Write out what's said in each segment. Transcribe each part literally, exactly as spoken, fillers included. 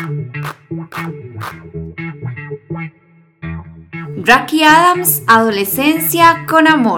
Raki Adams, Adolescencia con Amor.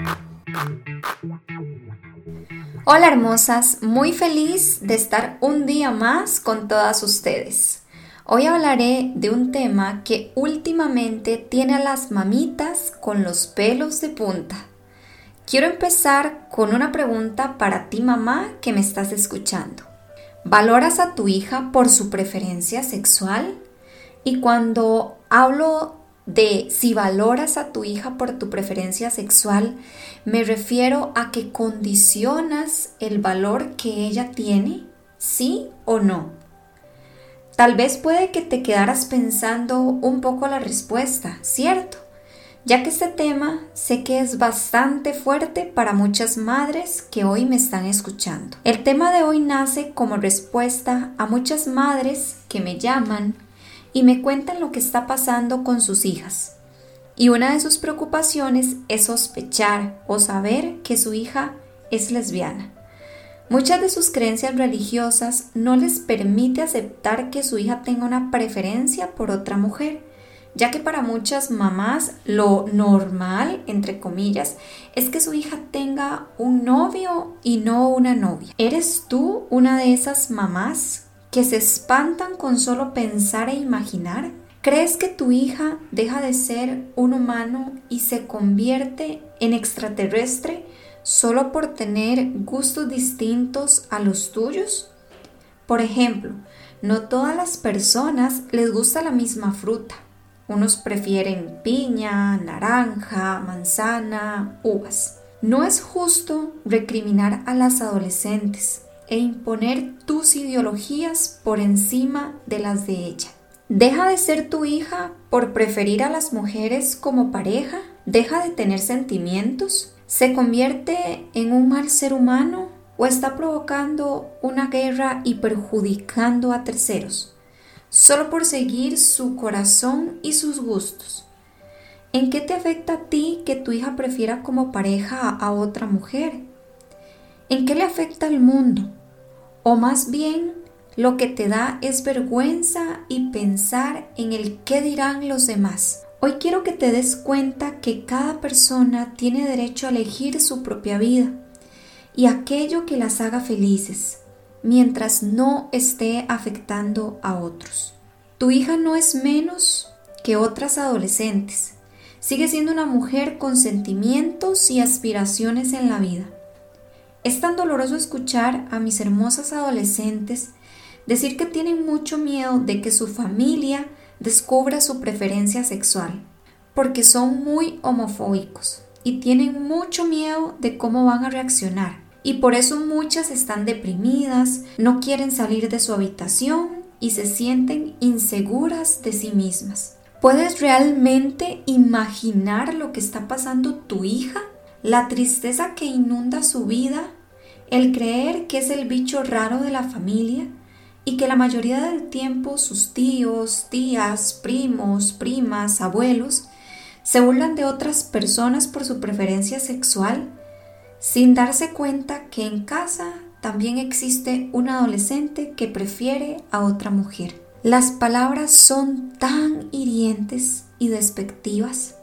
Hola hermosas, muy feliz de estar un día más con todas ustedes. Hoy hablaré de un tema que últimamente tiene a las mamitas con los pelos de punta. Quiero empezar con una pregunta para ti, mamá, que me estás escuchando. ¿Valoras a tu hija por su preferencia sexual? Y cuando hablo de si valoras a tu hija por tu preferencia sexual, me refiero a que condicionas el valor que ella tiene, ¿sí o no? Tal vez puede que te quedaras pensando un poco la respuesta, ¿cierto? Ya que este tema sé que es bastante fuerte para muchas madres que hoy me están escuchando. El tema de hoy nace como respuesta a muchas madres que me llaman y me cuentan lo que está pasando con sus hijas. Y una de sus preocupaciones es sospechar o saber que su hija es lesbiana. Muchas de sus creencias religiosas no les permite aceptar que su hija tenga una preferencia por otra mujer, ya que para muchas mamás lo normal, entre comillas, es que su hija tenga un novio y no una novia. ¿Eres tú una de esas mamás que se espantan con solo pensar e imaginar? ¿Crees que tu hija deja de ser un humano y se convierte en extraterrestre solo por tener gustos distintos a los tuyos? Por ejemplo, no todas las personas les gusta la misma fruta. Unos prefieren piña, naranja, manzana, uvas. No es justo recriminar a las adolescentes e imponer tus ideologías por encima de las de ella. ¿Deja de ser tu hija por preferir a las mujeres como pareja? ¿Deja de tener sentimientos? ¿Se convierte en un mal ser humano o está provocando una guerra y perjudicando a terceros, solo por seguir su corazón y sus gustos? ¿En qué te afecta a ti que tu hija prefiera como pareja a otra mujer? ¿En qué le afecta al mundo? O más bien, lo que te da es vergüenza y pensar en el qué dirán los demás. Hoy quiero que te des cuenta que cada persona tiene derecho a elegir su propia vida y aquello que las haga felices, mientras no esté afectando a otros. Tu hija no es menos que otras adolescentes. Sigue siendo una mujer con sentimientos y aspiraciones en la vida. Es tan doloroso escuchar a mis hermosas adolescentes decir que tienen mucho miedo de que su familia descubra su preferencia sexual, porque son muy homofóbicos y tienen mucho miedo de cómo van a reaccionar. Y por eso muchas están deprimidas, no quieren salir de su habitación y se sienten inseguras de sí mismas. ¿Puedes realmente imaginar lo que está pasando tu hija? La tristeza que inunda su vida, el creer que es el bicho raro de la familia y que la mayoría del tiempo sus tíos, tías, primos, primas, abuelos se burlan de otras personas por su preferencia sexual, sin darse cuenta que en casa también existe un adolescente que prefiere a otra mujer. Las palabras son tan hirientes y despectivas.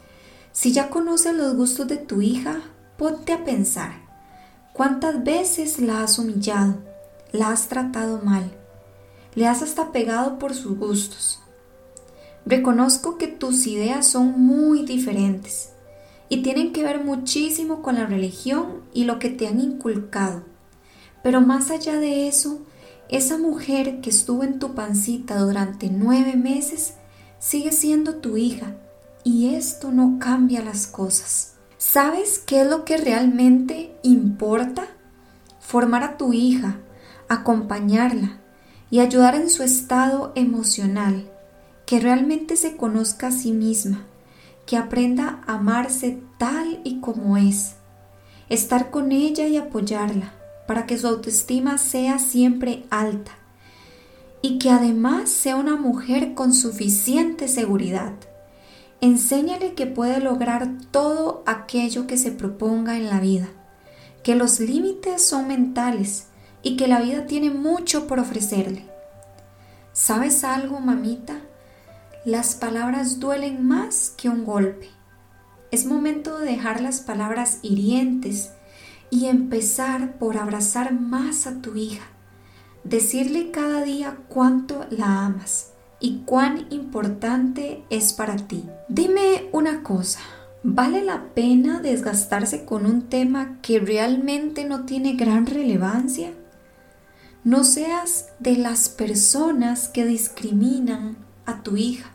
Si ya conoces los gustos de tu hija, ponte a pensar, ¿cuántas veces la has humillado? ¿La has tratado mal? ¿Le has hasta pegado por sus gustos? Reconozco que tus ideas son muy diferentes y tienen que ver muchísimo con la religión y lo que te han inculcado. Pero más allá de eso, esa mujer que estuvo en tu pancita durante nueve meses sigue siendo tu hija. Y esto no cambia las cosas. ¿Sabes qué es lo que realmente importa? Formar a tu hija, acompañarla y ayudar en su estado emocional, que realmente se conozca a sí misma, que aprenda a amarse tal y como es, estar con ella y apoyarla para que su autoestima sea siempre alta y que además sea una mujer con suficiente seguridad. Enséñale que puede lograr todo aquello que se proponga en la vida, que los límites son mentales y que la vida tiene mucho por ofrecerle. ¿Sabes algo, mamita? Las palabras duelen más que un golpe. Es momento de dejar las palabras hirientes y empezar por abrazar más a tu hija. Decirle cada día cuánto la amas y cuán importante es para ti. Dime una cosa, ¿vale la pena desgastarse con un tema que realmente no tiene gran relevancia? No seas de las personas que discriminan a tu hija.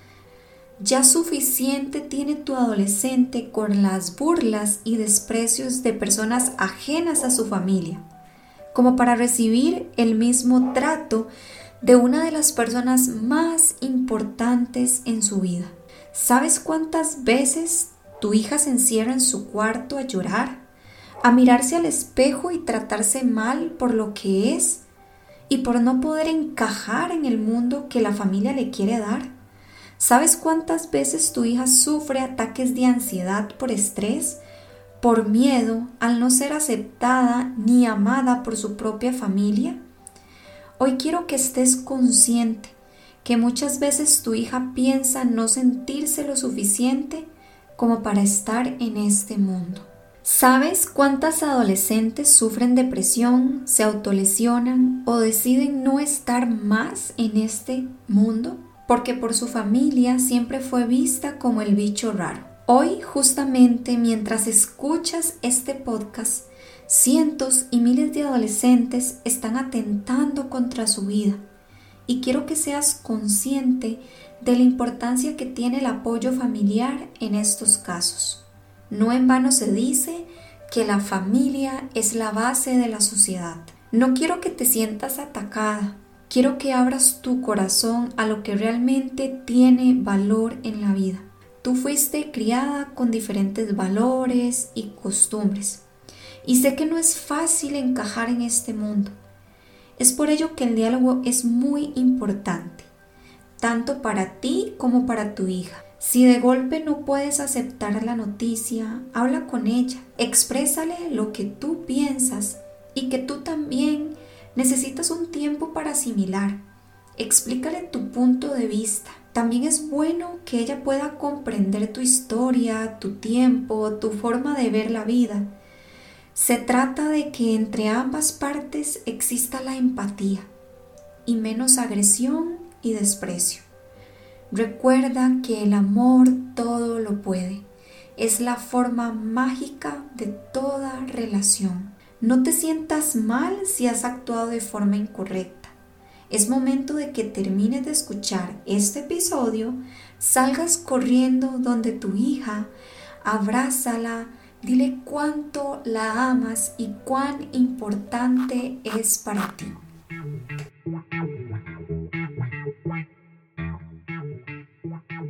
Ya suficiente tiene tu adolescente con las burlas y desprecios de personas ajenas a su familia, como para recibir el mismo trato de una de las personas más importantes en su vida. ¿Sabes cuántas veces tu hija se encierra en su cuarto a llorar, a mirarse al espejo y tratarse mal por lo que es y por no poder encajar en el mundo que la familia le quiere dar? ¿Sabes cuántas veces tu hija sufre ataques de ansiedad por estrés, por miedo al no ser aceptada ni amada por su propia familia? Hoy quiero que estés consciente que muchas veces tu hija piensa no sentirse lo suficiente como para estar en este mundo. ¿Sabes cuántas adolescentes sufren depresión, se autolesionan o deciden no estar más en este mundo? Porque por su familia siempre fue vista como el bicho raro. Hoy, justamente mientras escuchas este podcast, cientos y miles de adolescentes están atentando contra su vida. Y quiero que seas consciente de la importancia que tiene el apoyo familiar en estos casos. No en vano se dice que la familia es la base de la sociedad. No quiero que te sientas atacada. Quiero que abras tu corazón a lo que realmente tiene valor en la vida. Tú fuiste criada con diferentes valores y costumbres. Y sé que no es fácil encajar en este mundo. Es por ello que el diálogo es muy importante, tanto para ti como para tu hija. Si de golpe no puedes aceptar la noticia, habla con ella, exprésale lo que tú piensas y que tú también necesitas un tiempo para asimilar. Explícale tu punto de vista. También es bueno que ella pueda comprender tu historia, tu tiempo, tu forma de ver la vida. Se trata de que entre ambas partes exista la empatía y menos agresión y desprecio. Recuerda que el amor todo lo puede. Es la forma mágica de toda relación. No te sientas mal si has actuado de forma incorrecta. Es momento de que termines de escuchar este episodio, salgas corriendo donde tu hija, abrázala, dile cuánto la amas y cuán importante es para ti.